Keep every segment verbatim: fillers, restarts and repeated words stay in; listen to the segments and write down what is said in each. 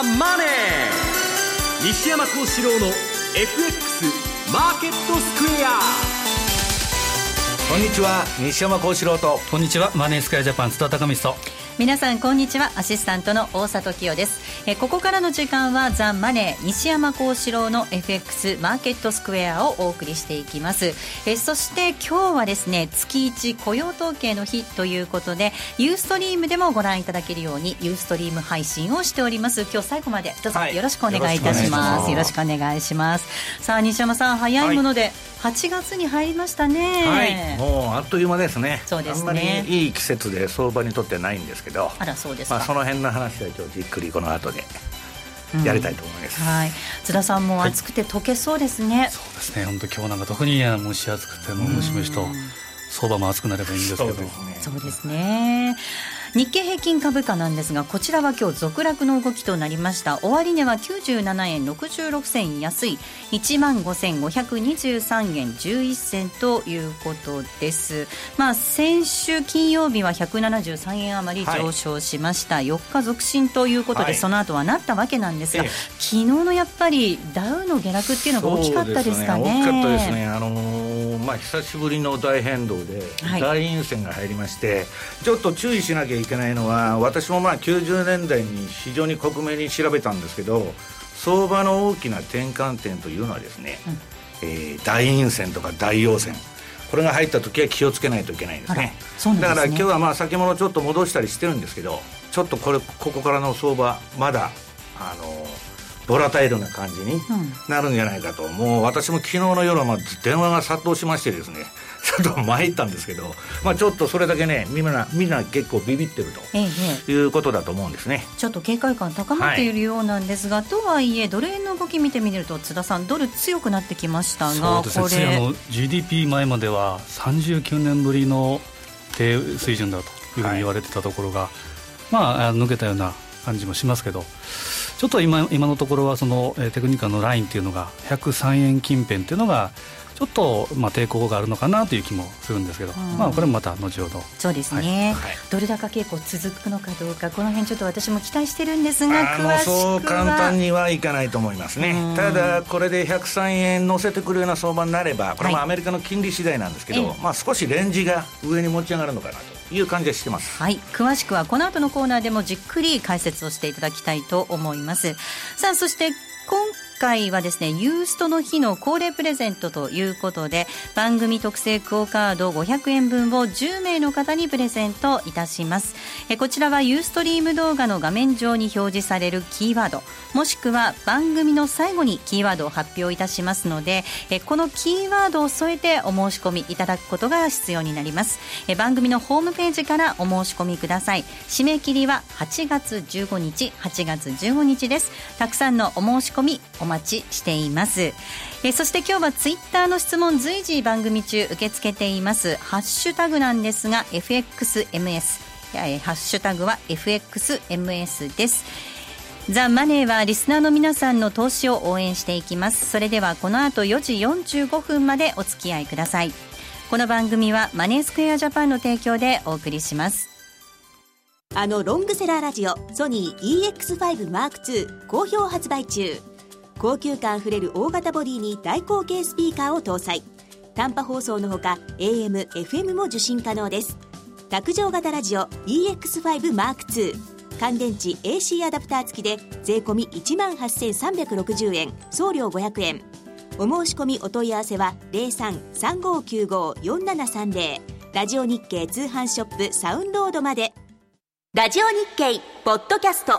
ザ・マネー」西山幸四郎の エフエックス マーケットスクエア。 こんにちは、西山幸四郎と。 こんにちは、マネースクエアジャパン津田隆美と。 皆さんこんにちは、アシスタントの大里清です。えここからの時間はザ・マネー西山幸四郎の エフエックス マーケットスクエアをお送りしていきます。えそして今日はですね、月いち雇用統計の日ということで、ユーストリームでもご覧いただけるようにユーストリーム配信をしております。今日最後までどうぞよろしくお願いいたします。よろしくお願いします。さあ西山さん、早いもので、はい、はちがつに入りましたね。 はい、もうあっという間ですね。 そうですね。 あんまりいい季節で相場にとってないんですけど、 あらそうですか。 まあ、その辺の話は今日じっくりこの後でやりたいと思います、 うん、はい、津田さんも暑くて溶けそうですね。はい、 そうですね、本当今日なんか特に蒸し暑くてもムシムシと、相場も暑くなればいいんですけど。 そうですね。 そうですね。日経平均株価なんですが、こちらは今日続落の動きとなりました。終値はきゅうじゅうななえんろくじゅうろくせん安い いちまんごせんごひゃくにじゅうさんえんじゅういっせんということです。まあ、先週金曜日はひゃくななじゅうさんえん余り上昇しました、はい、よっか続伸ということで、はい、その後はなったわけなんですが、ええ、昨日のやっぱりダウの下落っていうのが大きかったですかね。 大きかったですね。あのーまあ、久しぶりの大変動で大陰線が入りまして、はい、ちょっと注意しなきゃいけないのは、私もまあきゅうじゅうねんだいに非常に克明に調べたんですけど、相場の大きな転換点というのはですね、うん、えー、大陰線とか大陽線、これが入った時は気をつけないといけないんですね。 そうなんですね。 だから今日はまあ先物ちょっと戻したりしてるんですけど、ちょっとこれここからの相場まだあのボラタイルな感じになるんじゃないかと、うん、もう私も昨日の夜はまあ電話が殺到しましてですね、ちょっと参ったんですけど、まあ、ちょっとそれだけね、みんなみんな結構ビビってると、ええ、いうことだと思うんですね。 ちょっと警戒感高まっているようなんですが、はい、とはいえドル円の動き見てみると津田さん、ドル強くなってきましたが、 そうですね、これあの ジーディーピー 前まではさんじゅうきゅうねんぶりの低水準だというふうに言われてたところが、はい、まあ、抜けたような感じもしますけど、ちょっと 今, 今のところはその、えー、テクニカルのラインというのがひゃくさんえん近辺というのがちょっと、まあ、抵抗があるのかなという気もするんですけど、うん、まあ、これもまた後ほど。 そうですね、はい、ドル高傾向続くのかどうか、この辺ちょっと私も期待してるんですが、詳しくはそう簡単にはいかないと思いますね。ただこれでひゃくさんえん乗せてくるような相場になれば、これもアメリカの金利次第なんですけど、はい、まあ、少しレンジが上に持ち上がるのかなという感じがしてます。 はい、詳しくはこの後のコーナーでもじっくり解説をしていただきたいと思います。さあ、そして今回はですね、ユーストの日の恒例プレゼントということで、番組特製クオカードごひゃくえんぶんをじゅうめいの方にプレゼントいたします。えこちらはユーストリーム動画の画面上に表示されるキーワード、もしくは番組の最後にキーワードを発表いたしますので、えこのキーワードを添えてお申し込みいただくことが必要になります。え番組のホームページからお申し込みください。締め切りははちがつじゅうごにちはちがつじゅうごにちです。たくさんのお申し込みお待ちしています。えそして今日はツイッターの質問随時番組中受け付けています。ハッシュタグなんですが エフエックスエムエス、 えハッシュタグは エフエックスエムエス です。ザ・マネーはリスナーの皆さんの投資を応援していきます。それではこの後よじよんじゅうごふんまでお付き合いください。この番組はマネースクエアジャパンの提供でお送りします。 あのロングセラーラジオソニー イーエックスファイブマークツー 好評発売中。高級感あふれる大型ボディに大口径スピーカーを搭載。短波放送のほか エーエム、エフエム も受信可能です。卓上型ラジオ イーエックスファイブマークツー、 乾電池 エーシー アダプター付きで税込みいちまんはっせんさんびゃくろくじゅうえん、送料ごひゃくえん。お申し込みお問い合わせは ゼロさん さんごきゅうご よんななさんゼロ、 ラジオ日経通販ショップサウンロードまで。ラジオ日経ポッドキャスト、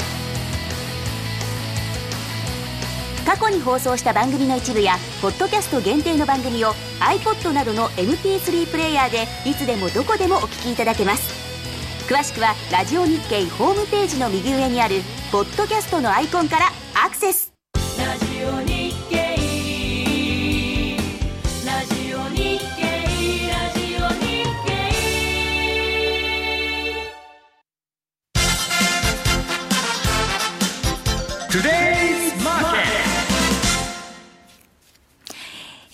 過去に放送した番組の一部やポッドキャスト限定の番組を iPod などの エムピースリー プレイヤーでいつでもどこでもお聞きいただけます。詳しくはラジオ日経ホームページの右上にあるポッドキャストのアイコンからアクセス。ラジオ日経、ラジオ日経、ラジオ日経。 Today's Market。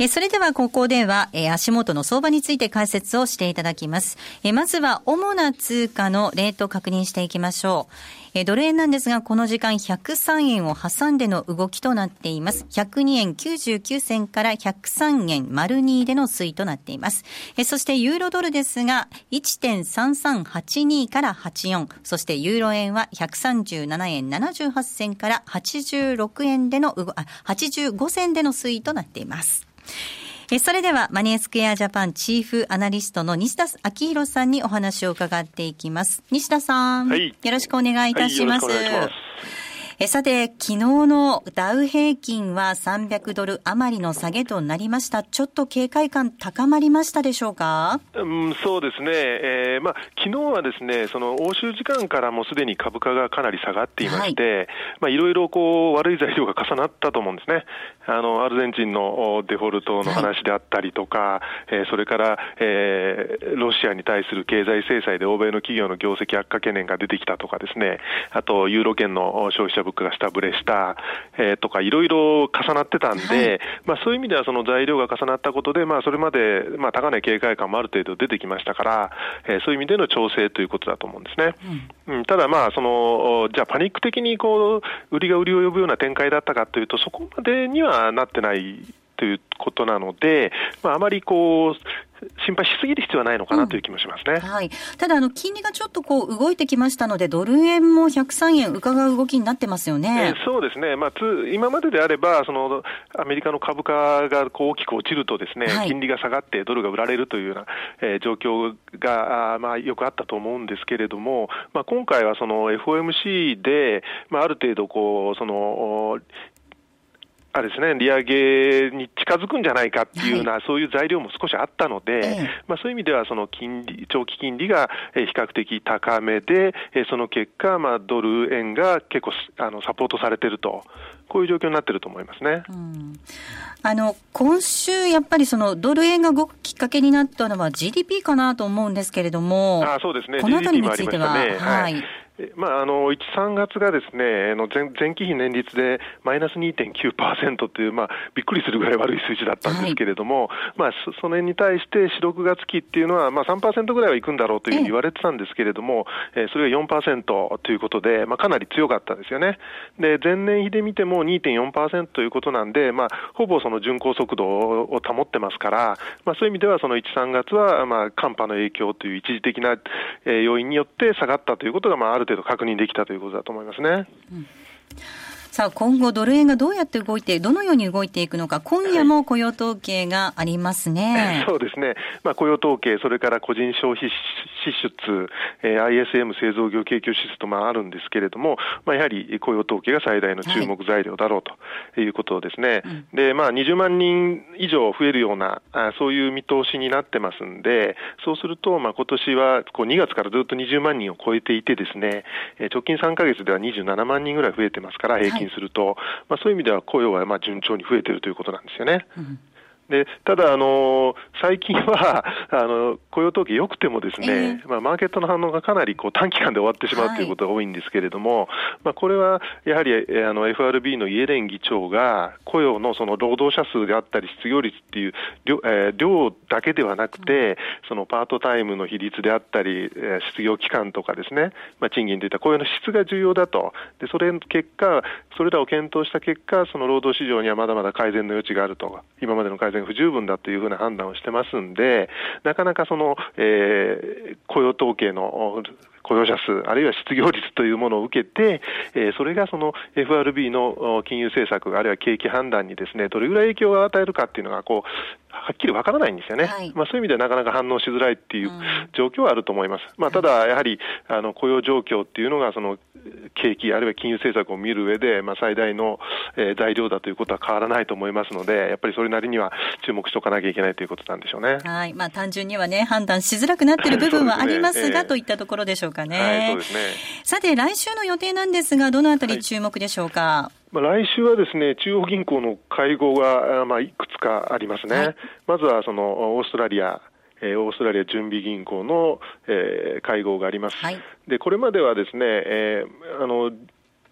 えそれではここでは、え足元の相場について解説をしていただきます。えまずは主な通貨のレートを確認していきましょう。えドル円なんですが、この時間ひゃくさんえんを挟んでの動きとなっています。ひゃくにえんきゅうじゅうきゅうせんからひゃくさんえんまるにでの推移となっています。えそしてユーロドルですが いってんさんさんはちに からはちじゅうよん、そしてユーロ円はひゃくさんじゅうななえんななじゅうはちせんからはちじゅうろくえんでのあはちじゅうごせんでの推移となっています。えそれではマネースクエアジャパンチーフアナリストの西田明宏さんにお話を伺っていきます。西田さん、はい、よろしくお願いいたします。はい、よろしくお願いします。えさて、昨日のダウ平均はさんびゃくドル余りの下げとなりました。ちょっと警戒感高まりましたでしょうか？ うん、そうですね、えーまあ、昨日はですね、その欧州時間からもすでに株価がかなり下がっていまして、はいまあ、いろいろこう悪い材料が重なったと思うんですね。あのアルゼンチンのデフォルトの話であったりとか、はいえー、それから、えー、ロシアに対する経済制裁で欧米の企業の業績悪化懸念が出てきたとかですね、あとユーロ圏の消費者物価が下振れした、えー、とかいろいろ重なってたんで、はいまあ、そういう意味ではその材料が重なったことで、まあ、それまで、まあ、高値警戒感もある程度出てきましたから、えー、そういう意味での調整ということだと思うんですね、うんうん、ただまあそのじゃあパニック的にこう売りが売りを呼ぶような展開だったかというとそこまでにはなってないということなので、まあ、あまりこう心配しすぎる必要はないのかなという気もしますね、 うんはい、ただあの金利がちょっとこう動いてきましたのでドル円もひゃくさんえん伺う動きになってますよね、 えー、そうですね、まあ、つ今までであればそのアメリカの株価がこう大きく落ちるとですね、はい、金利が下がってドルが売られるというような、えー、状況があ、まあ、よくあったと思うんですけれども、まあ、今回はその エフオーエムシー で、まあ、ある程度こうそのあれですね、利上げに近づくんじゃないかっていうような、はい、そういう材料も少しあったので、ええまあ、そういう意味ではその金利長期金利が比較的高めで、その結果、まあ、ドル円が結構あのサポートされていると、こういう状況になっていると思いますね。 うんあの今週やっぱりそのドル円が動くきっかけになったのは ジーディーピー かなと思うんですけれども、 あそうですね、 このあたりについては、 ジーディーピーもありましたね。はいまあ、あのいち、さんがつがですね、前, 前期比年率でマイナス にてんきゅうパーセント という、まあ、びっくりするぐらい悪い数字だったんですけれども、はいまあ、そ, それに対してよん、ろくがつ期っていうのは、まあ、さんパーセント ぐらいはいくんだろうというふうに言われてたんですけれども、ええそれが よんパーセント ということで、まあ、かなり強かったですよね。で前年比で見ても にてんよんパーセント ということなんで、まあ、ほぼその巡航速度を保ってますから、まあ、そういう意味ではそのいち、さんがつは、まあ、寒波の影響という一時的な、えー、要因によって下がったということが、まあ、ある程度確認できたということだと思いますね。うんさあ今後ドル円がどうやって動いてどのように動いていくのか、今夜も雇用統計がありますね、 はい、そうですね、まあ、雇用統計、それから個人消費支出、えー、アイエスエム 製造業景況指数とまああるんですけれども、まあ、やはり雇用統計が最大の注目材料だろうということですね、はい、でまあ、にじゅうまんにん以上増えるようなあそういう見通しになってますんで、そうするとまあ今年はこうにがつからずっとにじゅうまんにんを超えていてですね、えー、直近さんかげつではにじゅうななまんにんぐらい増えてますから、平均すると、はいまあ、そういう意味では雇用はまあ順調に増えているということなんですよね。うんでただ、あの最近はあの雇用統計良くてもですね、えーまあ、マーケットの反応がかなりこう短期間で終わってしまうということが多いんですけれども、はいまあ、これはやはりあの エフアールビー のイエレン議長が雇用のその労働者数であったり失業率っていう量、えー、量だけではなくて、うん、そのパートタイムの比率であったり、えー、失業期間とかですね、まあ、賃金といった雇用の質が重要だと。でそれの結果それらを検討した結果、その労働市場にはまだまだ改善の余地があると、今までの改善不十分だというふうな判断をしてますんで、なかなかその、えー、雇用統計の雇用者数あるいは失業率というものを受けて、えー、それがその エフアールビー の金融政策あるいは景気判断にですねどれぐらい影響を与えるかっていうのがこうはっきりわからないんですよね、はいまあ、そういう意味ではなかなか反応しづらいっていう状況はあると思います、うんまあ、ただやはりあの雇用状況っていうのがその景気あるいは金融政策を見る上で、まあ、最大の、えー、材料だということは変わらないと思いますので、やっぱりそれなりには注目しておかなきゃいけないということなんでしょうね。 はい、まあ、単純にはね判断しづらくなっている部分はありますが、はい、といったところでしょうかね。 はい、そうですね。 さて来週の予定なんですが、どのあたり注目でしょうか。はいまあ、来週はですね、中央銀行の会合が、まあ、いくつかありますね。はい、まずはそのオーストラリアえー、オーストラリア準備銀行の、えー、会合があります、はい、でこれまではですね、えー、あの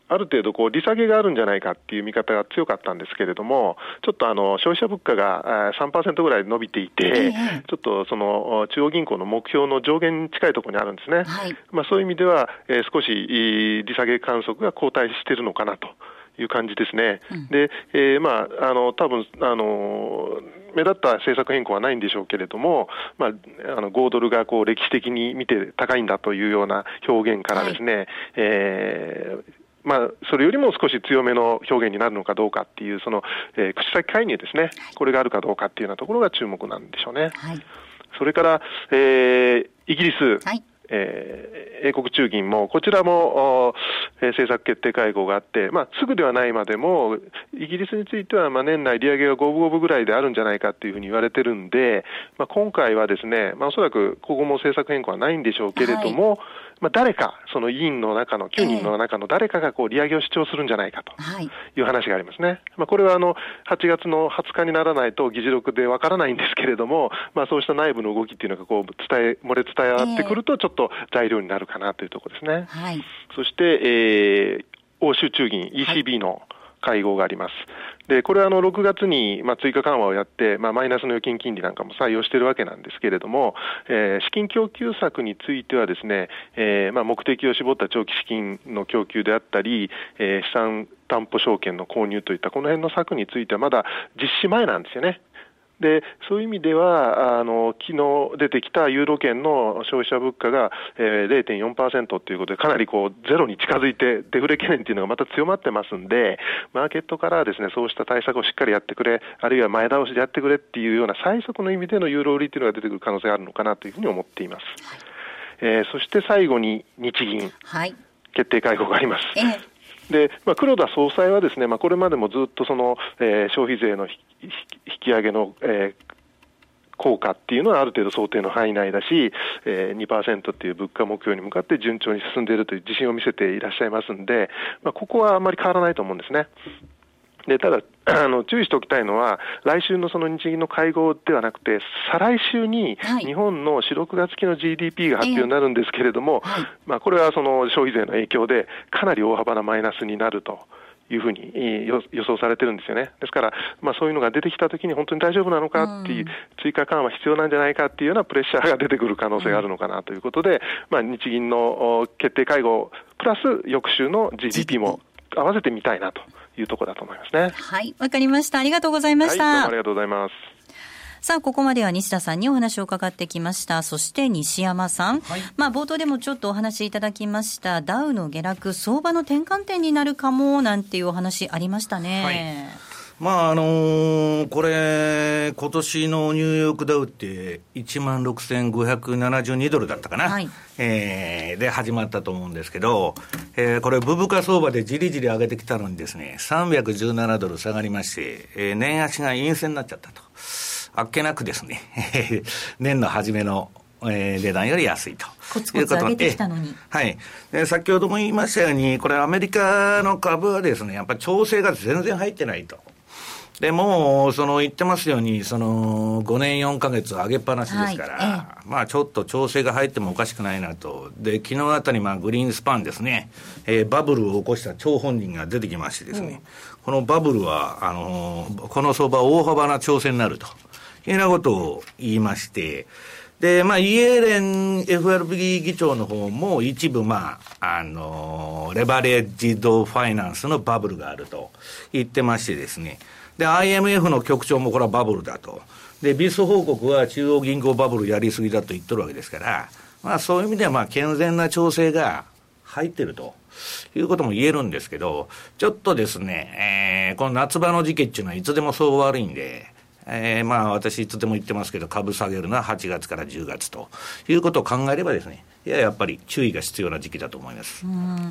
ある程度こう利下げがあるんじゃないかっていう見方が強かったんですけれども、ちょっとあの消費者物価が さんパーセント ぐらい伸びていて、ええ、ちょっとその中央銀行の目標の上限に近いところにあるんですね、はい。まあ、そういう意味では、えー、少し利下げ観測が後退しているのかなという感じですね、うん。で、えー、まああの多分あの目立った政策変更はないんでしょうけれども、まあ、あのごドルがこう歴史的に見て高いんだというような表現からですね、はい、えーまあ、それよりも少し強めの表現になるのかどうかっていうその、えー、口先介入ですね、これがあるかどうかっていうようなところが注目なんでしょうね、はい。それから、えー、イギリス、はい、えー、英国中銀もこちらも、えー、政策決定会合があって、まあ、すぐではないまでもイギリスについてはまあ年内利上げが五分五分ぐらいであるんじゃないかというふうに言われてるんで、まあ、今回はですね、まあ、おそらくここも政策変更はないんでしょうけれども、はい、まあ、誰かその委員の中のきゅうにんの中の誰かがこう利上げを主張するんじゃないかという話がありますね、はい。まあ、これはあのはちがつのはつかにならないと議事録でわからないんですけれども、まあ、そうした内部の動きっていうのがこう伝え漏れ伝え合ってくるとちょっと材料になるかなというところですね、はい。そして、えー、欧州中銀 イーシービー の会合があります。でこれはあのろくがつにまあ追加緩和をやって、まあ、マイナスの預金金利なんかも採用しているわけなんですけれども、えー、資金供給策についてはですね、えーまあ、目的を絞った長期資金の供給であったり、えー、資産担保証券の購入といったこの辺の策についてはまだ実施前なんですよね。でそういう意味ではあの昨日出てきたユーロ圏の消費者物価が、えー、ゼロてんよんパーセント ということでかなりこうゼロに近づいてデフレ懸念というのがまた強まってますんで、マーケットからはですねそうした対策をしっかりやってくれ、あるいは前倒しでやってくれっていうような最速の意味でのユーロ売りというのが出てくる可能性があるのかなというふうに思っています、えー、そして最後に日銀、はい、決定会合があります、えーでまあ、黒田総裁はですね、まあ、これまでもずっとその、えー、消費税の引き上げの、えー、効果っていうのはある程度想定の範囲内だし、えー、にパーセント っていう物価目標に向かって順調に進んでいるという自信を見せていらっしゃいますんで、まあ、ここはあんまり変わらないと思うんですね。でただあの注意しておきたいのは来週のその日銀の会合ではなくて再来週に日本のよん、ろくがつ期の ジーディーピー が発表になるんですけれども、はい、まあ、これはその消費税の影響でかなり大幅なマイナスになるというふうに予想されてるんですよね。ですから、まあ、そういうのが出てきたときに本当に大丈夫なのかっていう、追加緩和必要なんじゃないかっていうようなプレッシャーが出てくる可能性があるのかなということで、まあ、日銀の決定会合プラス翌週の ジーディーピー も合わせてみたいなというところだと思いますね。 はい、わかりました。ありがとうございました。 はい、どうもありがとうございます。 さあここまでは西田さんにお話を伺ってきました。そして西山さん、はい、まあ、冒頭でもちょっとお話しいただきましたダウの下落相場の転換点になるかもなんていうお話ありましたね。はい、 まああのー、これ今年のニューヨークダウっていちまんろくせんごひゃくななじゅうにドルだったかな、はい、えー、で始まったと思うんですけど、えー、これブブカ相場でじりじり上げてきたのにですねさんびゃくじゅうななドル下がりまして、えー、年足が陰線になっちゃったと。あっけなくですね年の初めの、えー、値段より安いとコツコツ上げてきたのに、 はい、で先ほども言いましたようにこれアメリカの株はですねやっぱり調整が全然入ってないと。でもうその言ってますようにそのごねんよんかげつ上げっぱなしですから、はい、まあちょっと調整が入ってもおかしくないなと。で昨日あたりまあグリーンスパンですね、えー、バブルを起こした張本人が出てきましてですね、うん、このバブルはあのー、この相場大幅な調整になるというようなことを言いまして、で、まあ、イエレン エフアールピー 議長の方も一部、まあ、あの、レバレッジドファイナンスのバブルがあると言ってましてですね。で、アイエムエフ の局長もこれはバブルだと。で、ビス報告は中央銀行バブルやりすぎだと言ってるわけですから、まあ、そういう意味では、まあ、健全な調整が入ってるということも言えるんですけど、ちょっとですね、えー、この夏場の時期っていうのはいつでもそう悪いんで、えー、まあ私いつでも言ってますけど株下げるのははちがつからじゅうがつということを考えればですね、いややっぱり注意が必要な時期だと思います。 うん、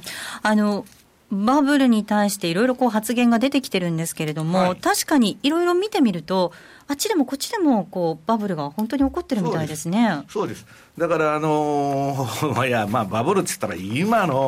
あのバブルに対していろいろこう発言が出てきてるんですけれども、はい、確かにいろいろ見てみるとあっちでもこっちでもこうバブルが本当に起こってるみたいですね。 そうです。だからあのー、いやまあバブルって言ったら今の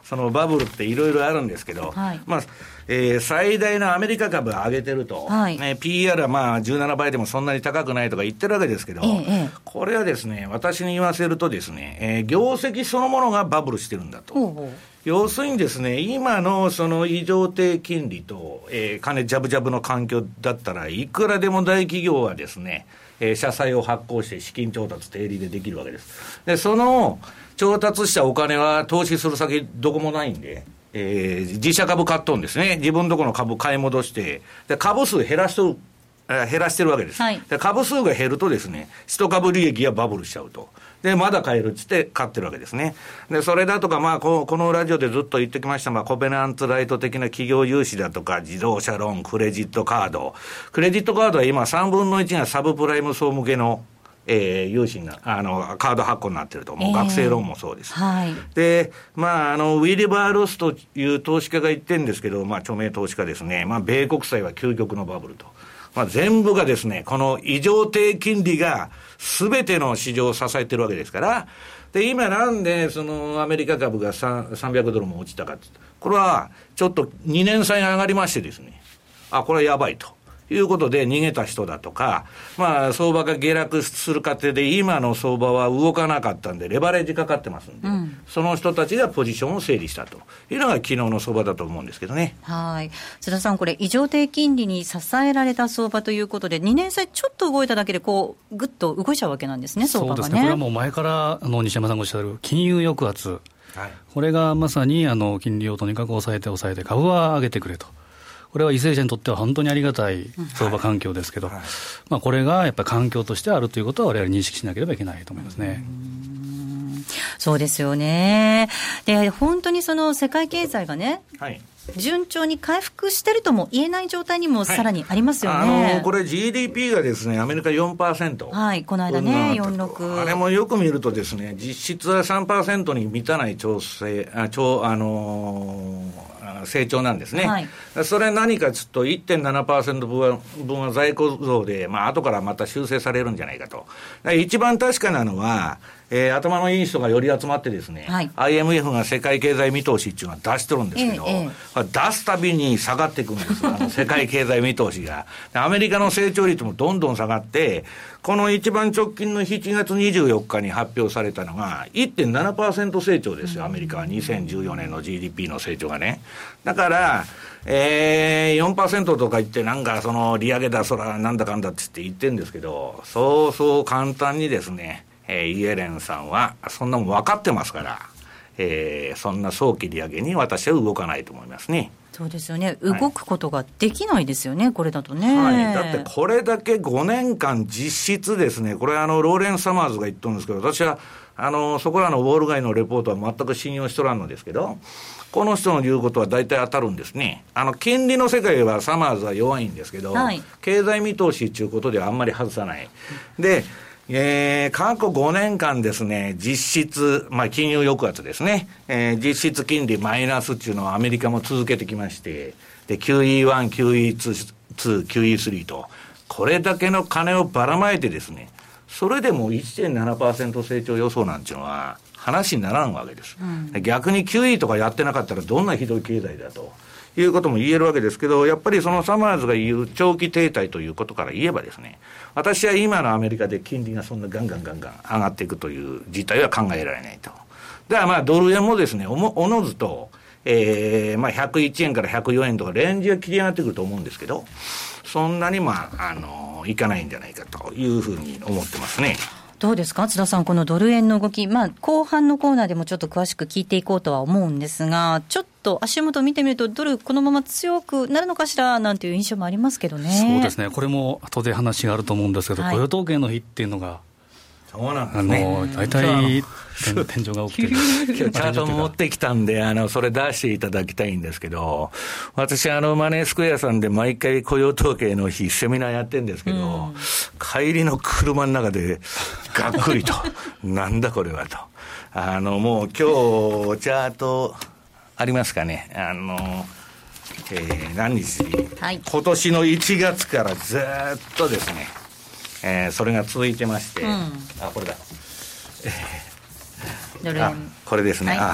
そのバブルっていろいろあるんですけど、はい、まあえー、最大のアメリカ株上げてると、はい、ね、ピーアール はまあじゅうななばいでもそんなに高くないとか言ってるわけですけど、ええ、これはですね、私に言わせるとですね、えー、業績そのものがバブルしてるんだと。ほうほう。要するにですね、今のその異常低金利と、えー、金ジャブジャブの環境だったらいくらでも大企業はですね、えー、社債を発行して資金調達低利でできるわけです。で、その調達したお金は投資する先どこもないんで、えー、自社株買っとんですね。自分のところの株買い戻して、で株数減らしとる、えー、減らしてるわけです、はい、で株数が減るとですね、一株利益がバブルしちゃうと。でまだ買えるっつって買ってるわけですね。でそれだとか、まあ、こ, このラジオでずっと言ってきました、まあ、コベナントライト的な企業融資だとか自動車ローン、クレジットカード、クレジットカードは今さんぶんのいちがサブプライム層向けのえー、融資なあのカード発行になってると、もう学生ローンもそうです、えーはい、で、まあ、あのウィリバー・ロスという投資家が言ってるんですけど、まあ、著名投資家ですね、まあ、米国債は究極のバブルと、まあ、全部がですね、この異常低金利が全ての市場を支えてるわけですから。で今なんでそのアメリカ株がさんびゃくドルも落ちたかって、これはちょっとにねん債が上がりましてですね、あ、これはやばいということで逃げた人だとか、まあ相場が下落する過程で今の相場は動かなかったんでレバレッジかかってますんで、うん、その人たちがポジションを整理したというのが昨日の相場だと思うんですけどね。 はい、津田さん、これ異常低金利に支えられた相場ということで、にねん債ちょっと動いただけでこうぐっと動いちゃうわけなんですね、相場がね。 そうですね、これはもう前からあの西山さんがおっしゃる金融抑圧、はい、これがまさにあの金利をとにかく抑えて抑えて株は上げてくれと、これは為政者にとっては本当にありがたい相場環境ですけど、はいはい、まあ、これがやっぱり環境としてあるということは我々認識しなければいけないと思いますね。 うん、そうですよね。で本当にその世界経済がね、はい、順調に回復してるとも言えない状態にもさらにありますよね、 はい、あのこれ ジーディーピー がですね、アメリカ よんパーセント、 はい、この間ねよんじゅうろく、 あれもよく見るとですね、実質は さんパーセント に満たない調整あ調、あのー、成長なんですね、はい、それ何かちょっと いってんななパーセント 分は、分は在庫増で、まあ後からまた修正されるんじゃないかと。一番確かなのは、えー、頭のいい人がより集まってですね、はい、アイエムエフ が世界経済見通しっていうのは出してるんですけど、ええ、出すたびに下がっていくんですよ、あの世界経済見通しが。アメリカの成長率もどんどん下がって、この一番直近のしちがつにじゅうよっかに発表されたのが いってんななパーセント 成長ですよ、アメリカはにせんじゅうよねんの ジーディーピー の成長がね。だから、えー、よんパーセント とか言ってなんかその利上げだそらなんだかんだって言ってるんですけど、そうそう簡単にですね、えー、イエレンさんはそんなもん分かってますから、えー、そんな早期利上げに私は動かないと思いますね。 そうですよね、動くことができないですよね、はい、これだとね、 はい、だってこれだけごねんかん実質ですね、これあのローレンス・サマーズが言ってるんですけど、私はあのそこらのウォール街のレポートは全く信用しとらんのですけど、この人の言うことは大体当たるんですね。あの金利の世界はサマーズは弱いんですけど、はい、経済見通しということではあんまり外さないで、えー、過去ごねんかんですね、実質、まあ、金融抑圧ですね、えー、実質金利マイナスっていうのはアメリカも続けてきまして、で キューイーワン、キューイーツー、キューイースリー とこれだけの金をばらまいてですね、それでも いってんななパーセント 成長予想なんていうのは話にならんわけです、うん、逆に キューイー とかやってなかったらどんなひどい経済だということも言えるわけですけど、やっぱりそのサマーズが言う長期停滞ということから言えばですね、私は今のアメリカで金利がそんなガンガンガンガン上がっていくという事態は考えられないと。だからまあドル円もですね、おもおのずと、えー、まあひゃくいちえんからひゃくよえんとかレンジが切り上がってくると思うんですけど、そんなにまああのいかないんじゃないかというふうに思ってますね。 どうですか津田さん、このドル円の動き、まあ、後半のコーナーでもちょっと詳しく聞いていこうとは思うんですが、ちょっと足元を見てみるとドルこのまま強くなるのかしらなんていう印象もありますけどね。 そうですね、これも後で話があると思うんですけど、はい、雇用統計の日っていうのがそうなんですね、 あの大体天井が起きてる今日チャートも持ってきたんで、あのそれ出していただきたいんですけど、私あのマネースクエアさんで毎回雇用統計の日セミナーやってるんですけど、うん、帰りの車の中でがっくりとなんだこれはと、あのもう今日チャートありますかね、あの、えー、何日、はい、今年のいちがつからずっとですね、えー、それが続いてまして、うん、あこれだ、えー、あこれですね、はい、あ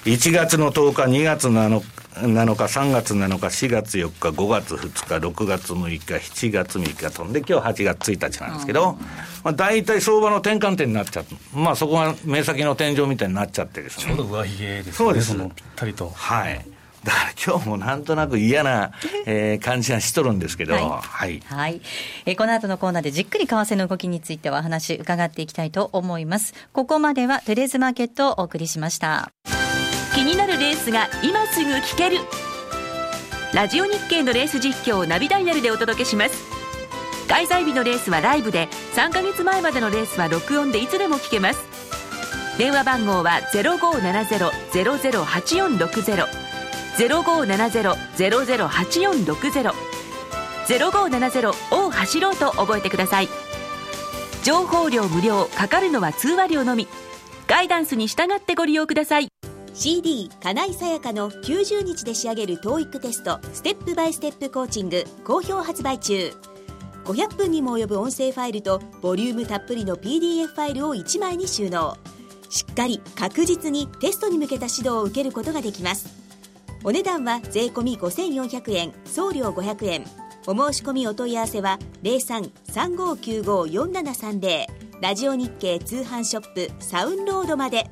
いちがつのとおか、にがつなのか、さんがつなのか、しがつよっか、ごがつふつか、ろくがつむいか、しちがつみっか飛んで、今日はちがつついたちなんですけど、まあ、大体相場の転換点になっちゃう、まあ、そこが目先の天井みたいになっちゃってですね、 ちょうど上髭ですね。 そうです、 そのぴったりと。 はい。だから今日もなんとなく嫌な、えー、感じがしとるんですけど、はい、 はいはい、えー、この後のコーナーでじっくり為替の動きについては話伺っていきたいと思います。ここまではトゥデイズマーケットをお送りしました。 気になるレースが今すぐ聞ける、ラジオ日経のレース実況をナビダイヤルでお届けします。開催日のレースはライブで、さんかげつまえまでのレースは録音でいつでも聞けます。電話番号は ゼロごーななゼロ ゼロゼロはちよんろくゼロ ゼロごーななゼロ ゼロゼロはちよんろくゼロ ゼロごーななゼロを走ろうと覚えてください。情報料無料、かかるのは通話料のみ。ガイダンスに従ってご利用ください。 シーディー 金井さやかのきゅうじゅうにちで仕上げる トーイック テストステップバイステップコーチング好評発売中。ごひゃくぷんにも及ぶ音声ファイルとボリュームたっぷりの ピーディーエフ ファイルをいちまいに収納。しっかり確実にテストに向けた指導を受けることができます。お値段は税込みごせんよんひゃくえん、送料ごひゃくえん。お申し込みお問い合わせは ゼロさん さんごーきゅうごーよんななさんゼロ ラジオ日経通販ショップサウンロードまで。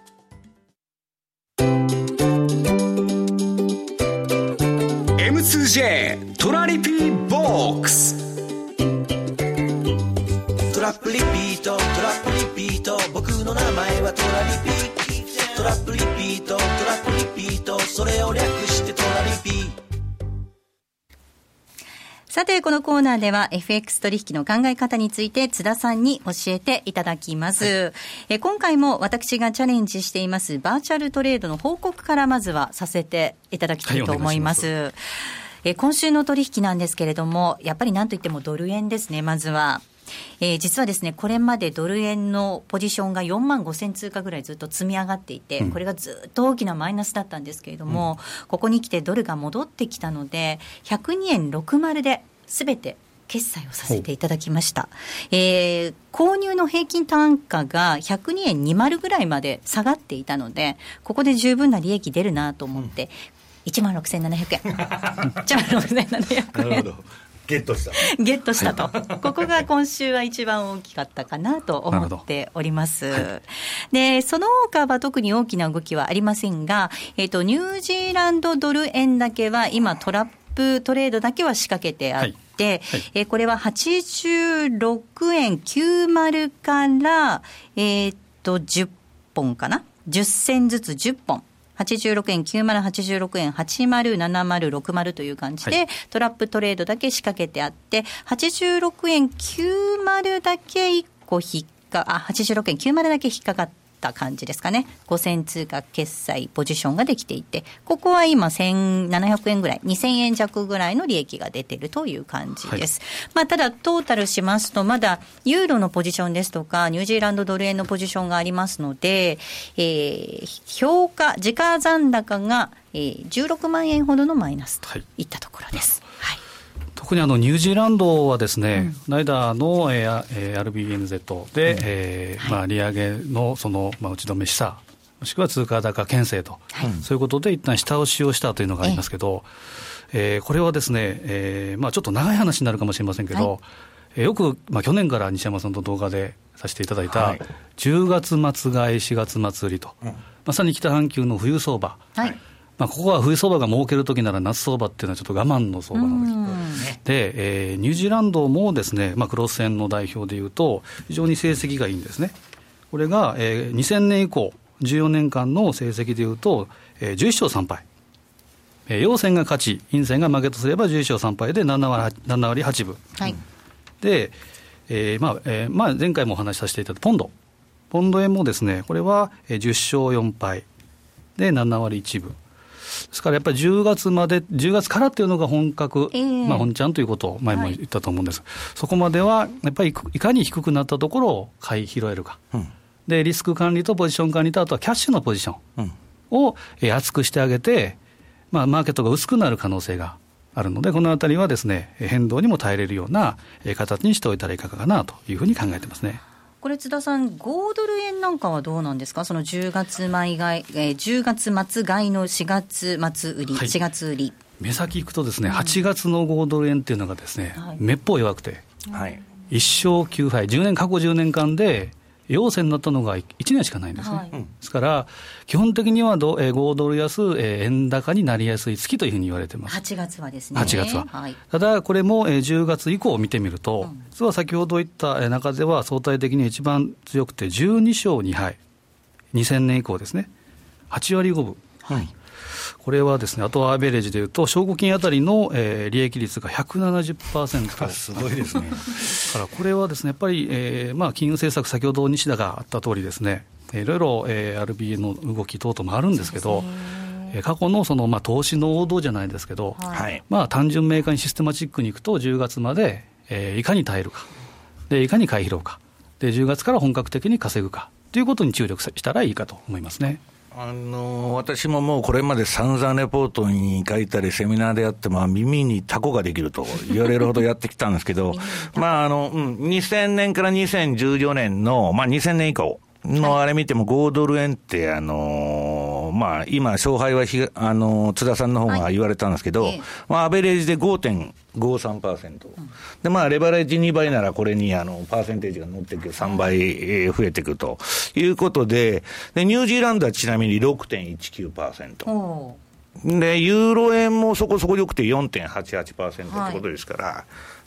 エムツージェー トラリピーボックス。 トラップリピート、トラップリピート、僕の名前はトラリピ。トラップリピート、トラップリピート、それを略してトラリピ。 さてこのコーナーでは エフエックス 取引の考え方について津田さんに教えていただきます、はい、え今回も私がチャレンジしていますバーチャルトレードの報告からまずはさせていただきたいと思います、はい、お願いします。え今週の取引なんですけれども、やっぱりなんといってもドル円ですね。まずはえー、実はですね、これまでドル円のポジションがよんまんごせん通貨ぐらいずっと積み上がっていて、うん、これがずっと大きなマイナスだったんですけれども、うん、ここに来てドルが戻ってきたのでひゃくにえんろくじゅうで全て決済をさせていただきました、えー、購入の平均単価がひゃくにえんにじゅうぐらいまで下がっていたので、ここで十分な利益出るなと思って、うん、いちまんろくせんななひゃくえんいちまんろくせんななひゃくえんなるほど、ゲットしたゲットしたとここが今週は一番大きかったかなと思っております、はい、でその他は特に大きな動きはありませんが、えーと、ニュージーランドドル円だけは今トラップトレードだけは仕掛けてあって、はいはい、えー、これははちじゅうろくえんきゅうじゅうから、えー、とじゅっぽんかな、じゅっせんずつじゅっぽん、はちじゅうろくえんきゅうじゅう、はちじゅうろくえんはちじゅう、ななじゅう、ろくじゅうという感じで、はい、トラップトレードだけ仕掛けてあって、はちじゅうろくえんきゅうじゅうだけいっこ引っか、あ、はちじゅうろくえんきゅうじゅうだけ引っかかった感じですかね。ごせん通貨決済ポジションができていて、ここは今せんななひゃくえんぐらい、にせんえん弱ぐらいの利益が出ているという感じです、はい、まあ、ただトータルしますとまだユーロのポジションですとかニュージーランドドル円のポジションがありますので、えー、評価時価残高が、えー、じゅうろくまんえんほどのマイナスといったところです、はいはい。 特にあのニュージーランドはですね、うん、ナイダーの、えー、アールビーエヌゼット で、うん、えーまあ、利上げの、その、まあ、打ち止めしたもしくは通貨高牽制と、はい、そういうことで一旦下押しをしたというのがありますけど、ええー、これはですね、えーまあ、ちょっと長い話になるかもしれませんけど、はい、えー、よく、まあ、去年から西山さんと動画でさせていただいた、はい、じゅうがつ末買いしがつ末売りと、うん、まさに北半球の冬相場、はい、まあ、ここは冬相場が儲けるときなら夏相場っていうのはちょっと我慢の相場の時で、えー、ニュージーランドもですね、まあ、クロス線の代表でいうと非常に成績がいいんですね。これが、えー、にせんねん以降じゅうよねんかんの成績でいうと、えー、じゅういっしょうさんぱい、えー、陽線が勝ち陰線が負けとすればじゅういっしょうさんぱいでななわりはちぶ、はい、で、えーまあえーまあ、前回もお話しさせていただいたポンドポンド円もですね、これはじゅっしょうよんぱいでななわりいちぶですから、やっぱりじゅうがつまでじゅうがつからっていうのが本格、えーまあ、本ちゃんということを前も言ったと思うんです、はい、そこまではやっぱりいかに低くなったところを買い拾えるか、うん、でリスク管理とポジション管理とあとはキャッシュのポジションを、うん、厚くしてあげて、まあ、マーケットが薄くなる可能性があるので、このあたりはですね、変動にも耐えれるような形にしておいたらいかがかなというふうに考えてますね。 これ津田さん、ごドル円なんかはどうなんですか？そのじゅうがつ買い買い、えー、じゅうがつ末買いのしがつ末売り、はい、しがつ売り、 目先いくとですね、はちがつのごドル円っていうのがですね、はい、めっぽう弱くて、はい、いっ勝きゅう敗、じゅうねん過去じゅうねんかんで陽線になったのがいちねんしかないんですね、はい、ですから基本的にはど、えー、ごドル安、えー、円高になりやすい月というふうに言われてます。 はちがつはですね、 はちがつは、はい、ただこれも、えー、じゅうがつ以降を見てみると、うん、実は先ほど言った中では相対的に一番強くてじゅうに勝に敗、にせんねん以降ですね、はちわりごぶ、はい、うん、これはですね、あとはアベレージでいうと証拠金あたりの、えー、利益率が ひゃくななじゅっパーセントすごいですねだからこれはですね、やっぱり、えーまあ、金融政策、先ほど西田があった通りですね、いろいろ、えー、アールビー の動き等々もあるんですけど、えー、過去のその、まあ、投資の王道じゃないですけど、はい、まあ、単純明快にシステマチックにいくとじゅうがつまで、えー、いかに耐えるかで、いかに買い拾うかで、じゅうがつから本格的に稼ぐかということに注力したらいいかと思いますね。 あの私ももうこれまで散々レポートに書いたりセミナーでやって、まあ、耳にタコができると言われるほどやってきたんですけどまああの、うん、にせんねんからにせんじゅうよねんの、まあ、にせんねん以降のあれ見てもごドル円ってあのー、まあ今勝敗はひあのー、津田さんの方が言われたんですけど、はい、まあアベレージで ごてんごさんパーセント、うん、でまあレバレッジにばいならこれにあのパーセンテージが乗っていくさんばい増えていくということで、でニュージーランドはちなみに ろくてんいちきゅうパーセント、でユーロ円もそこそこ良くて よんてんはちはちパーセント ってことですから、はい、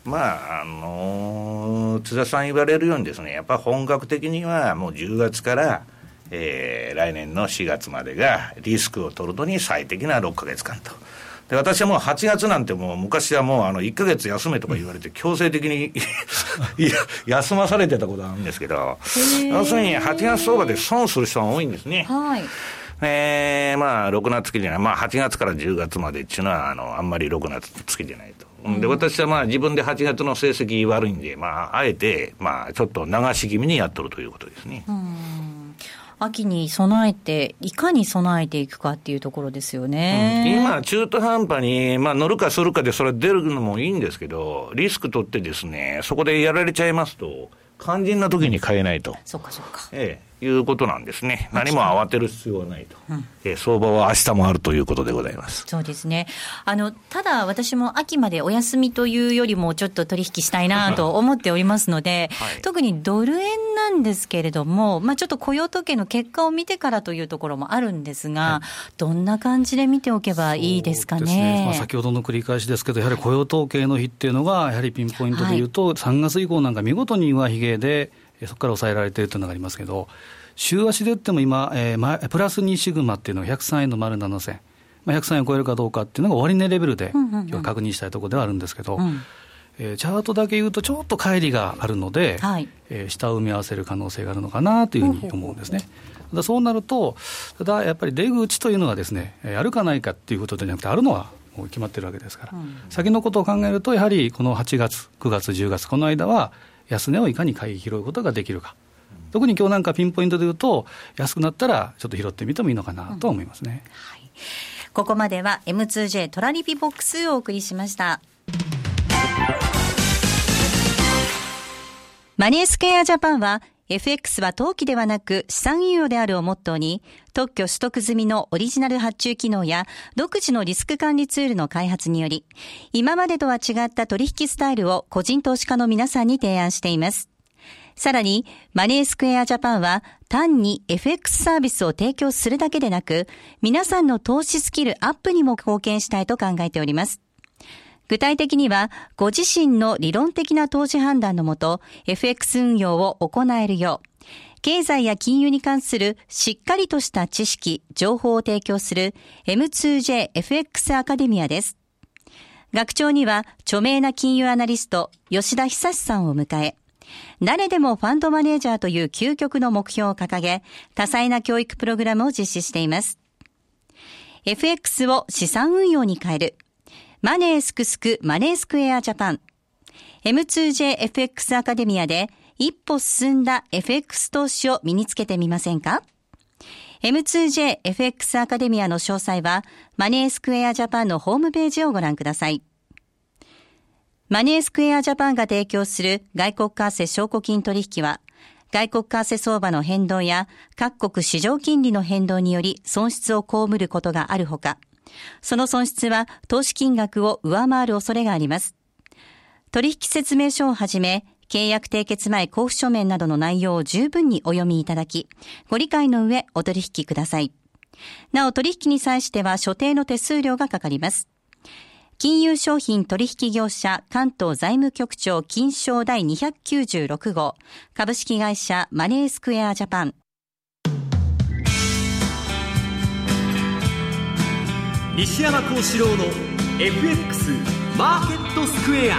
まああのー、津田さん言われるようにですね、やっぱ本格的にはもうじゅうがつから、えー、来年のしがつまでがリスクを取るのに最適なろっかげつかんと。で私はもうはちがつなんてもう昔はもうあのいっかげつ休めとか言われて強制的に休まされてたことなんですけど、要するにはちがつ相場で損する人が多いんですね。はい、えー、まあろくな月じゃない、まあはちがつからじゅうがつまでっていうのはあのあんまりろくな月じゃないと。で私はまあ自分ではちがつの成績悪いんで、まああえてまあちょっと流し気味にやっとるということですね。 うん、秋に備えていかに備えていくかっていうところですよね。 うん、今中途半端にまあ乗るかするかでそれ出るのもいいんですけど、リスク取ってですね、そこでやられちゃいますと肝心な時に買えないと。 そうかそうか。 ええ。いうことなんですね。何も慌てる必要はないと、うん、え相場は明日もあるということでございます。 そうですね。あのただ私も秋までお休みというよりもちょっと取引したいなと思っておりますので、はい、特にドル円なんですけれども、まあ、ちょっと雇用統計の結果を見てからというところもあるんですが、はい、どんな感じで見ておけばいいですかね。 そうですね、まあ、先ほどの繰り返しですけど、やはり雇用統計の日っていうのがやはりピンポイントでいうと、はい、さんがつ以降なんか見事に上髭でそこから抑えられているというのがありますけど、週足で言っても今、えー、プラスにシグマっていうのがひゃくさんえんの丸ななせん、まあ、ひゃくさんえんを超えるかどうかっていうのが終値レベルで、うんうんうん、今日確認したいところではあるんですけど、うん、えー、チャートだけ言うとちょっと乖離があるので、はい、えー、下を埋め合わせる可能性があるのかなというふうに思うんですね。うんうんうん、ただそうなると、ただやっぱり出口というのはですね、あるかないかっていうことじゃなくて、あるのはもう決まってるわけですから、うん、先のことを考えるとやはりこのはちがつくがつじゅうがつこの間は安値をいかに買い拾うことができるか、特に今日なんかピンポイントで言うと安くなったらちょっと拾ってみてもいいのかなと思いますね。うん、はい、 ここまでは エムツージェー トラリピボックスをお送りしました。マネースクエアジャパンは エフエックス は投機ではなく資産運用であるをモットーに、特許取得済みのオリジナル発注機能や独自のリスク管理ツールの開発により、今までとは違った取引スタイルを個人投資家の皆さんに提案しています。さらに、マネースクエアジャパンは単に エフエックス サービスを提供するだけでなく、皆さんの投資スキルアップにも貢献したいと考えております。具体的には、ご自身の理論的な投資判断のもと、エフエックス 運用を行えるよう、経済や金融に関するしっかりとした知識、情報を提供する エムツージェーエフエックス アカデミアです。学長には著名な金融アナリスト、吉田久さんを迎え、誰でもファンドマネージャーという究極の目標を掲げ、多彩な教育プログラムを実施しています。エフエックス を資産運用に変える。マネースクスクマネースクエアジャパン。エムツージェーエフエックス アカデミアで一歩進んだ エフエックス 投資を身につけてみませんか？ エムツージェーエフエックス アカデミアの詳細はマネースクエアジャパンのホームページをご覧ください。マネースクエアジャパンが提供する外国為替証拠金取引は、 外国為替相場の変動や各国市場金利の変動により損失を被ることがあるほか、その損失は投資金額を上回る恐れがあります。取引説明書をはじめ、契約締結前交付書面などの内容を十分にお読みいただき、ご理解の上お取引ください。なお、取引に際しては所定の手数料がかかります。金融商品取引業者関東財務局長金商第にひゃくきゅうじゅうろく号株式会社マネースクエアジャパン。 西山幸四郎の エフエックス マーケットスクエア。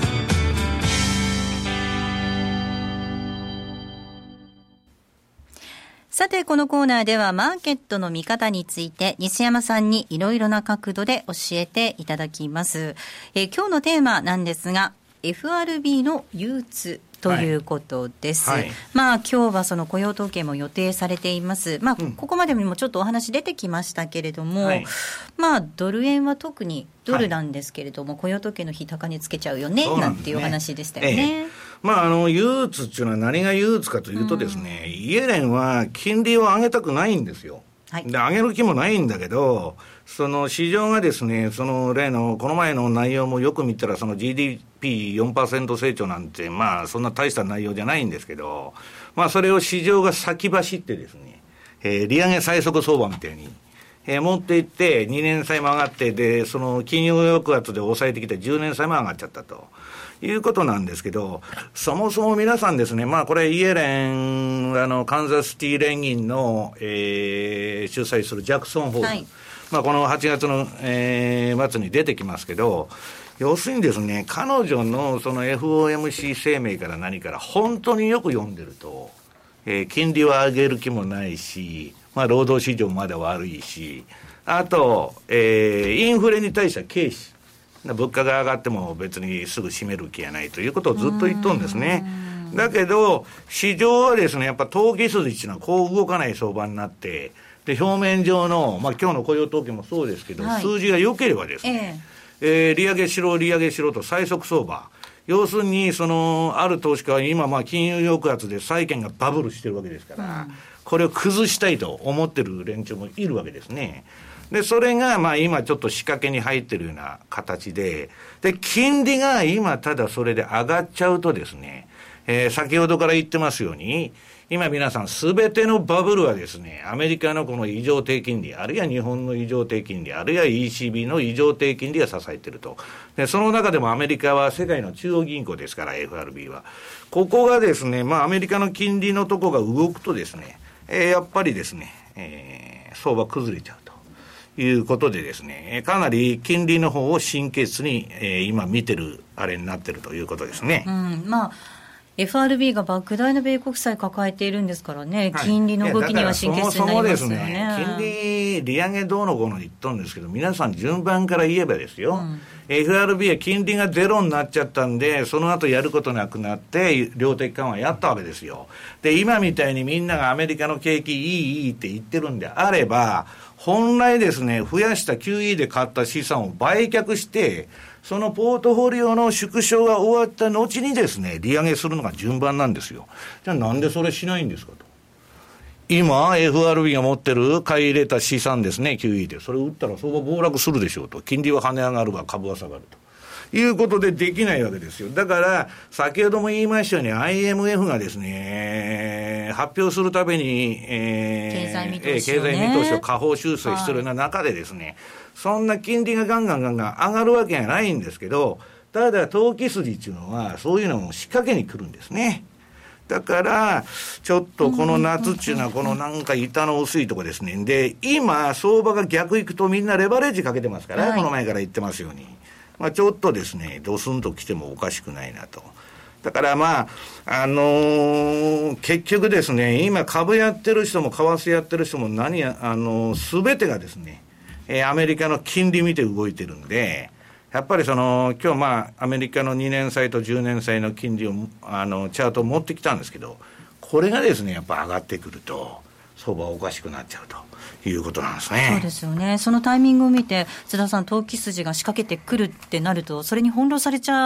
さて、このコーナーではマーケットの見方について西山さんにいろいろな角度で教えていただきます。えー、今日のテーマなんですが エフアールビー の憂鬱ということです、はいはい、まあ今日はその雇用統計も予定されています。まあ、うん、ここまでにもちょっとお話出てきましたけれども、はい、まあドル円は特にドルなんですけれども、はい、雇用統計の日高値つけちゃうよねなんていうお話でしたよね。 ええ、まあ、あの憂鬱っていうのは何が憂鬱かというとですね、うん、イエレンは金利を上げたくないんですよ。はい、で上げる気もないんだけど、その市場がですね、その例のこの前の内容もよく見たら、その ジーディーピーよんパーセント 成長なんて、まあそんな大した内容じゃないんですけど、まあそれを市場が先走ってですね、えー、利上げ最速相場みたいに、えー、持っていってにねん債も上がって、でその金融抑圧で抑えてきたじゅうねん債も上がっちゃったということなんですけど、そもそも皆さんですね、まあこれイエレン、あのカンザスシティ連銀の、えー、主催するジャクソンホール、はい、まあこのはちがつの、えー、末に出てきますけど、要するにですね、彼女のその エフオーエムシー 声明から何から本当によく読んでると、えー、金利は上げる気もないし、まあ労働市場まだ悪いし、あと、えー、インフレに対しては軽視、物価が上がっても別にすぐ締める気がないということをずっと言っとるんですね。だけど市場はですね、やっぱ投機筋っていうのはこう動かない相場になって、で表面上の、まあ、今日の雇用統計もそうですけど、はい、数字が良ければですね、えーえー、利上げしろ利上げしろと最速相場、要するにそのある投資家は今まあ金融抑圧で債券がバブルしてるわけですから、うん、これを崩したいと思ってる連中もいるわけですね。でそれがまあ今ちょっと仕掛けに入ってるような形で、で金利が今ただそれで上がっちゃうとですね、えー、先ほどから言ってますように、今皆さんすべてのバブルはですね、アメリカのこの異常低金利、あるいは日本の異常低金利、あるいは イーシービー の異常低金利が支えていると。でその中でもアメリカは世界の中央銀行ですから、 エフアールビー はここがですね、まあアメリカの金利のとこが動くとですね、えー、やっぱりですね、えー、相場崩れちゃうということでですね、かなり金利の方を神経質に、えー、今見てるあれになってるということですね。 うん、まあエフアールビー が莫大な米国債抱えているんですからね、はい、金利の動きには神経質になりますよね。そもそもですね、 金利利上げどうのこうの言っとるんですけど、皆さん順番から言えばですよ、うん、エフアールビー は金利がゼロになっちゃったんで、その後やることなくなって量的緩和やったわけですよ。で今みたいにみんながアメリカの景気いいいいって言ってるんであれば、本来ですね、増やした キューイー で買った資産を売却して、そのポートフォリオの縮小が終わった後にですね、利上げするのが順番なんですよ。じゃあなんでそれしないんですかと。今 エフアールビー が持ってる買い入れた資産ですね、キューイー で、それ売ったら相場暴落するでしょうと。金利は跳ね上がるわ、株は下がるということでできないわけですよ。だから先ほども言いましたように アイエムエフ がですね、発表するたびに、えー、経済見通しをね、経済見通しを下方修正してるような中でですね、はい、そんな金利がガンガンガンガン上がるわけがないんですけど、ただ投機筋っていうのはそういうのも仕掛けに来るんですね。だからちょっとこの夏っていうのはこのなんか板の薄いとこですね。で今相場が逆行くとみんなレバレッジかけてますから、はい、この前から言ってますように、まあ、ちょっとですねドスンと来てもおかしくないなと。だからまああのー、結局ですね、今株やってる人も為替やってる人も何や、あのー、全てがですね、えー、アメリカの金利見て動いてるんで、やっぱりその今日まあアメリカのにねん債とじゅうねん債の金利をあのチャートを持ってきたんですけど、これがですねやっぱ上がってくると相場はおかしくなっちゃうということなんですね。 そうですよね。そのタイミングを見て津田さん、投機筋が仕掛けてくるってなるとそれに翻弄されちゃ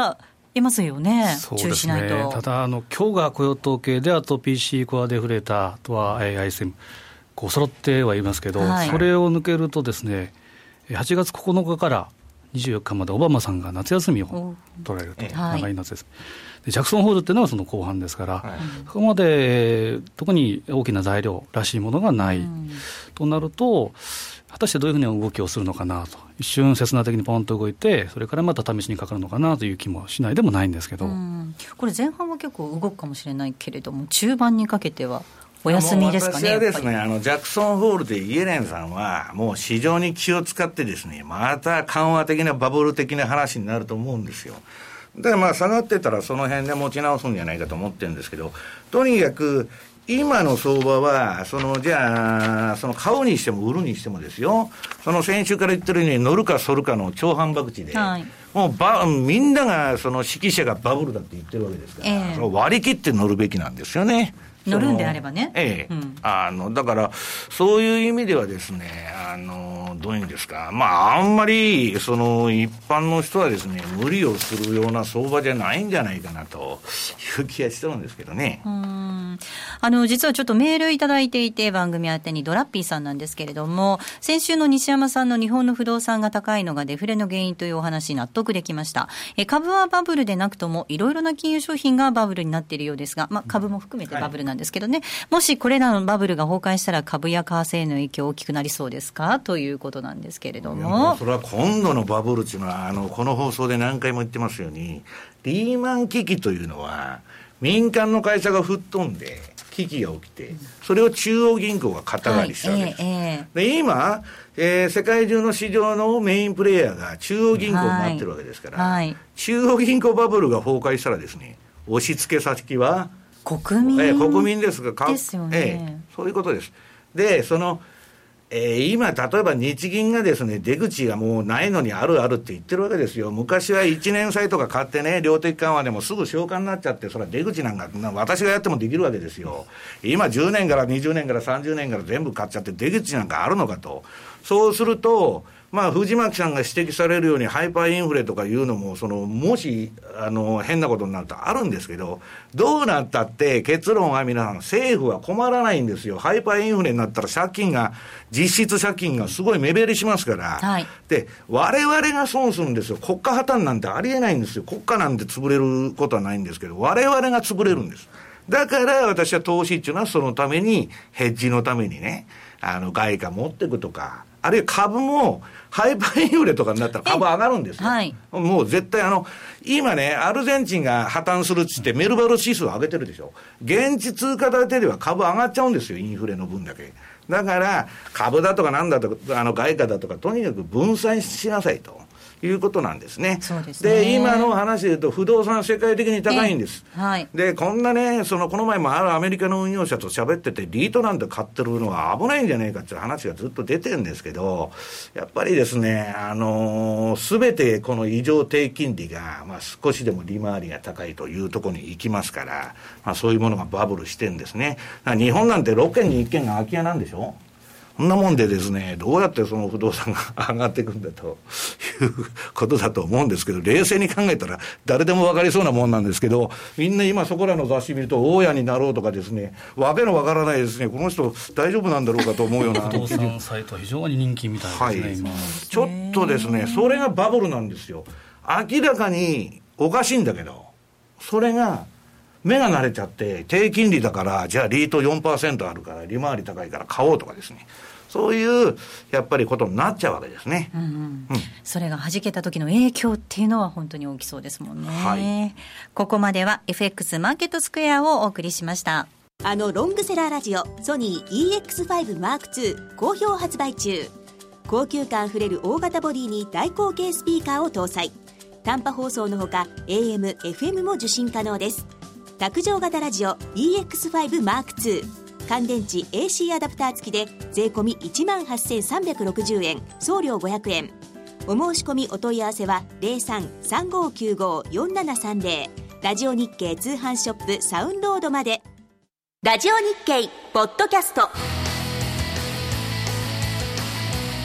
いますよね。 そうですね、 注意しないと。 ただあの今日が雇用統計で、あと ピーシー コアデフレーターとは アイエスエム こう揃ってはいますけど、はい、それを抜けるとですね、はちがつここのかからにじゅうよっかまでオバマさんが夏休みを取られると、長い夏休みで、ジャクソンホールっていうのはその後半ですから、はい、そこまで特に大きな材料らしいものがない、うん、となると、果たしてどういうふうな動きをするのかなと、一瞬刹那的にポンと動いて、それからまた試しにかかるのかなという気もしないでもないんですけど、うん、 これ前半は結構動くかもしれないけれども、中盤にかけてはお休みですかね。 私はですね、あのジャクソンホールでイエレンさんはもう市場に気を使ってですね、また緩和的なバブル的な話になると思うんですよ。だからまあ下がってたらその辺で持ち直すんじゃないかと思ってるんですけど、とにかく今の相場はそのじゃあその買うにしても売るにしてもですよ、その先週から言ってるように乗るか反るかの超反博打で、はい、もうばみんながその指揮者がバブルだって言ってるわけですから、えー、その割り切って乗るべきなんですよね。 乗るんであればね、 ええ、うん、あのだからそういう意味ではですね、あのどういうんですか、まああんまりその一般の人はですね、無理をするような相場じゃないんじゃないかなという気がしてるんですけどね。 うーん、あの実はちょっとメールいただいていて、番組宛てにドラッピーさんなんですけれども、先週の西山さんの日本の不動産が高いのがデフレの原因というお話、納得できました。え株はバブルでなくともいろいろな金融商品がバブルになっているようですが、まあ、株も含めてバブルなんですけどね、はい、もしこれらのバブルが崩壊したら株や為替への影響大きくなりそうですかということなんですけれども、 それは今度のバブルというのは、あのこの放送で何回も言ってますように、リーマン危機というのは民間の会社が吹っ飛んで危機が起きて、それを中央銀行が肩代わりしたわけです、はい、えー、で今、えー、世界中の市場のメインプレーヤーが中央銀行になってるわけですから、はいはい、中央銀行バブルが崩壊したらですね、押し付け先は国民、 えー、国民ですが、 ですよね、 えー、そういうことです。でそのえー、今、例えば日銀がですね、出口がもうないのにあるあるって言ってるわけですよ。昔はいちねん債とか買ってね、量的緩和でもすぐ償還になっちゃって、それは出口なんか、私がやってもできるわけですよ。今、じゅうねんからにじゅうねんからさんじゅうねんから全部買っちゃって、出口なんかあるのかと。そうすると、まあ、藤巻さんが指摘されるようにハイパーインフレとかいうのも、そのもしあの変なことになるとあるんですけど、どうなったって結論は皆さん、政府は困らないんですよ。ハイパーインフレになったら借金が、実質借金がすごい目減りしますから、はい、で我々が損するんですよ。国家破綻なんてありえないんですよ。国家なんて潰れることはないんですけど、我々が潰れるんです。だから私は投資っていうのはそのために、ヘッジのためにね、あの外貨持っていくとか、あるいは株もハイパーインフレとかになったら株上がるんですよ、はい、もう絶対あの今ね、アルゼンチンが破綻するっつってメルバル指数上げてるでしょ。現地通貨だけでは株上がっちゃうんですよ、インフレの分だけ。だから株だとかなんだとか、あの外貨だとか、とにかく分散しなさいということなんですね。 そうですね。 で今の話で言うと、不動産世界的に高いんです、 はい、 でこんなね、そのこの前もあるアメリカの運用者と喋ってて、リートなんて買ってるのは危ないんじゃないかっていう話がずっと出てるんですけど、やっぱりですね、あのー、全てこの異常低金利が、まあ、少しでも利回りが高いというところに行きますから、まあ、そういうものがバブルしてるんですね。日本なんてろっけんにいっけんが空き家なんでしょ。そんなもんでですね、どうやってその不動産が上がっていくんだということだと思うんですけど、冷静に考えたら誰でも分かりそうなもんなんですけど、みんな今そこらの雑誌見ると、大家になろうとかですね、わけの分からないですね、この人大丈夫なんだろうかと思うような不動産サイト非常に人気みたいですね、はい、今ちょっとですね、それがバブルなんですよ。明らかにおかしいんだけど、それが目が慣れちゃって、低金利だから、じゃあリート よんパーセント あるから利回り高いから買おうとかですね、そういうやっぱりことになっちゃうわけですね、うんうんうん、 それが弾けた時の影響っていうのは本当に大きそうですもんね、はい、ここまでは エフエックス マーケットスクエアをお送りしました。 あのロングセラーラジオソニー イーエックスファイブマークツー 好評発売中。高級感あふれる大型ボディに大口径スピーカーを搭載。短波放送のほか エーエム、エフエム も受信可能です。卓上型ラジオ イーエックスファイブマークツー、 乾電池 エーシー アダプター付きで税込み いちまんはっせんさんびゃくろくじゅうえん、送料ごひゃくえん。お申し込みお問い合わせは ゼロさん さんごきゅうご よんななさんゼロ、 ラジオ日経通販ショップサウンロードまで。ラジオ日経ポッドキャスト、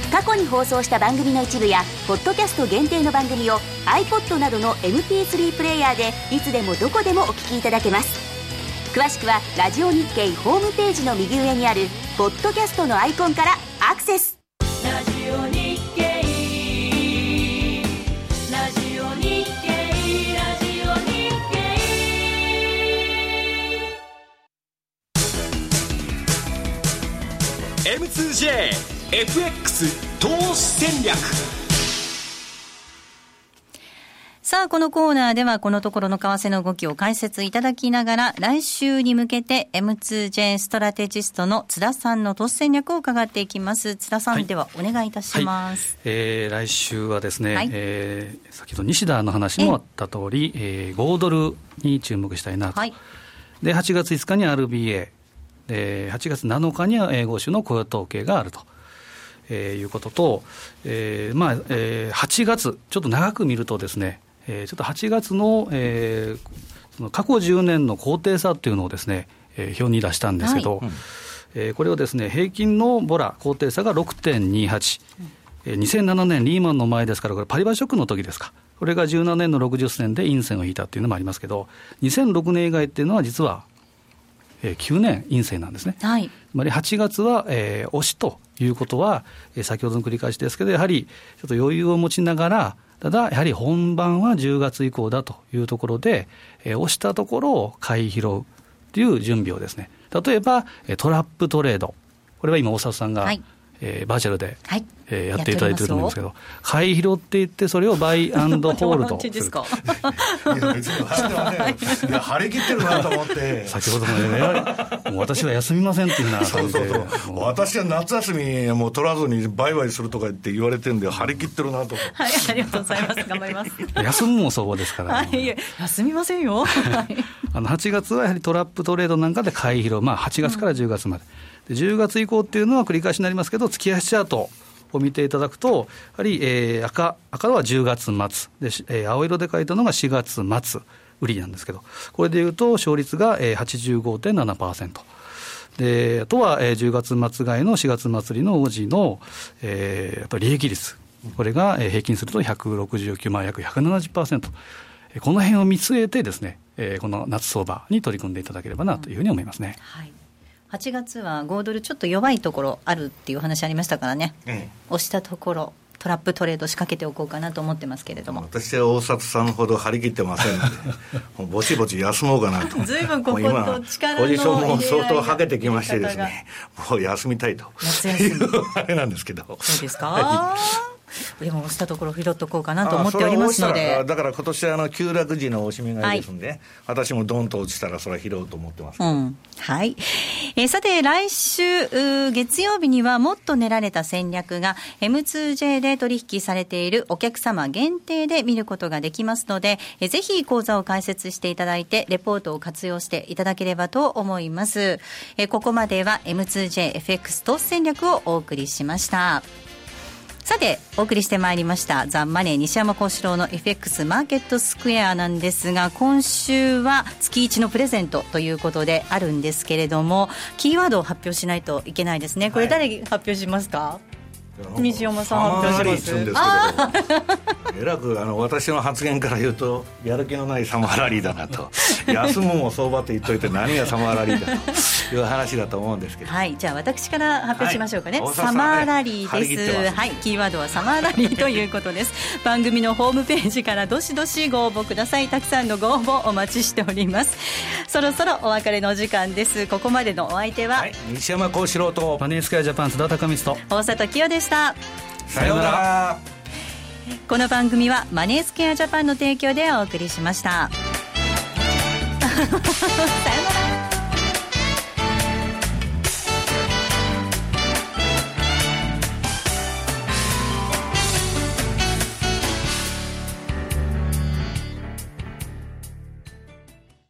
過去に放送した番組の一部やポッドキャスト限定の番組を iPod などの エムピースリー プレイヤーでいつでもどこでもお聞きいただけます。詳しくはラジオ日経ホームページの右上にあるポッドキャストのアイコンからアクセス。 ラジオ日経ラジオ日経ラジオ日経 エムツージェーエフエックス 投資戦略。 さあ、このコーナーではこのところの為替の動きを解説いただきながら、来週に向けて エムツージェー ストラテジストの津田さんの投資戦略を伺っていきます。津田さん、はい、ではお願いいたします。 はい、えー、来週はですね、はい、えー、先ほど西田の話もあった通り、えー、ごドルに注目したいなと、はい、ではちがついつかに アールビーエー ではちがつなのかには欧州の雇用統計があると、えー、いうことと、えーまあえー、はちがつちょっと長く見るとですね、えー、ちょっとはちがつの、えー、その過去じゅうねんの高低差というのをですね、えー、表に出したんですけど、はい、えー、これをですね、平均のボラ高低差が ろくてんにはち、うん、えー、にせんななねんリーマンの前ですから、これパリバショックの時ですか、これがじゅうななねんのろくじゅっせんで陰線を引いたっていうのもありますけど、にせんろくねん以外っていうのは実は、えー、きゅうねん陰線なんですね。はい、つまりはちがつは、えー、押しということは、えー、先ほどの繰り返しですけど、やはりちょっと余裕を持ちながら、ただやはり本番はじゅうがつ以降だというところで、えー、押したところを買い拾うという準備をですね、例えばトラップトレード、これは今大里さんが、はい、えー、バーチャルで、はい、えー、やっていただいていると思いますけど、買い拾っていってそれをバイアンドホールドするですかいや別にいや張り切ってるなと思って先ほどももう私は休みませんっていうなそうそうそう私は夏休みもう取らずにバイバイするとかって言われてるんで張り切ってるなと。 はい、ありがとうございます。頑張ります。 休むもそうですから、 ね、はい、休みませんよ。 あのはちがつはやはりトラップトレードなんかで買い拾う、まあ、はちがつからじゅうがつまで、うん、でじゅうがつ以降っていうのは繰り返しになりますけど、月足チャートを見ていただくと、やはり、えー、赤, 赤はじゅうがつ末で、えー、青色で書いたのがしがつ末売りなんですけど、これでいうと勝率が、えー、はちじゅうごてんななパーセント で、あとは、えー、じゅうがつ末買いのしがつ末売りのオジの、えー、やっぱり利益率、これが、えー、平均するとひゃくろくじゅうきゅう、まあ、約 ひゃくななじゅっパーセント、この辺を見据えてですね、えー、この夏相場に取り組んでいただければなというふうに思いますね。 うん、はい、はちがつはごドルちょっと弱いところあるっていう話ありましたからね、うん、押したところトラップトレード仕掛けておこうかなと思ってますけれども、 私は大里さんほど張り切ってませんのでもうぼちぼち休もうかなと。 ずいぶんここと力のポジションも相当はけてきましてですね、もう休みたいというあれなんですけど。 そうですか、はい、でも押したところ拾っとこうかなと思っておりますので、 だから今年はあの急落時のおしめ買いですんで、はい、私もドンと落ちたらそれは拾おうと思ってます、うん、 はい、えー、さて来週月曜日にはもっと練られた戦略が エムツージェー で取引されているお客様限定で見ることができますので、えー、ぜひ講座を開設していただいてレポートを活用していただければと思います。えー、ここまでは エムツージェーエフエックス 投資戦略をお送りしました。さてお送りしてまいりましたザ・マネー西山幸四郎の エフエックス マーケットスクエアなんですが、今週は月いちのプレゼントということであるんですけれども、キーワードを発表しないといけないですね。これ誰発表しますか？はい、西山さん発表します。 えらくあの私の発言から言うとやる気のないサマーラリーだなと休むも相場って言っといて何がサマーラリーだという話だと思うんですけど、 はい、じゃあ私から発表しましょうかね。はい、サマーラリーです。はい、キーワードはサマーラリーということです。番組のホームページからどしどしご応募ください。たくさんのご応募お待ちしております。そろそろお別れのお時間です。ここまでのお相手は、はい、 西山幸四郎とマネースクエアジャパン津田孝光と大里清でした。 さようなら。 この番組はマネースクエアジャパンの提供でお送りしました。さようなら。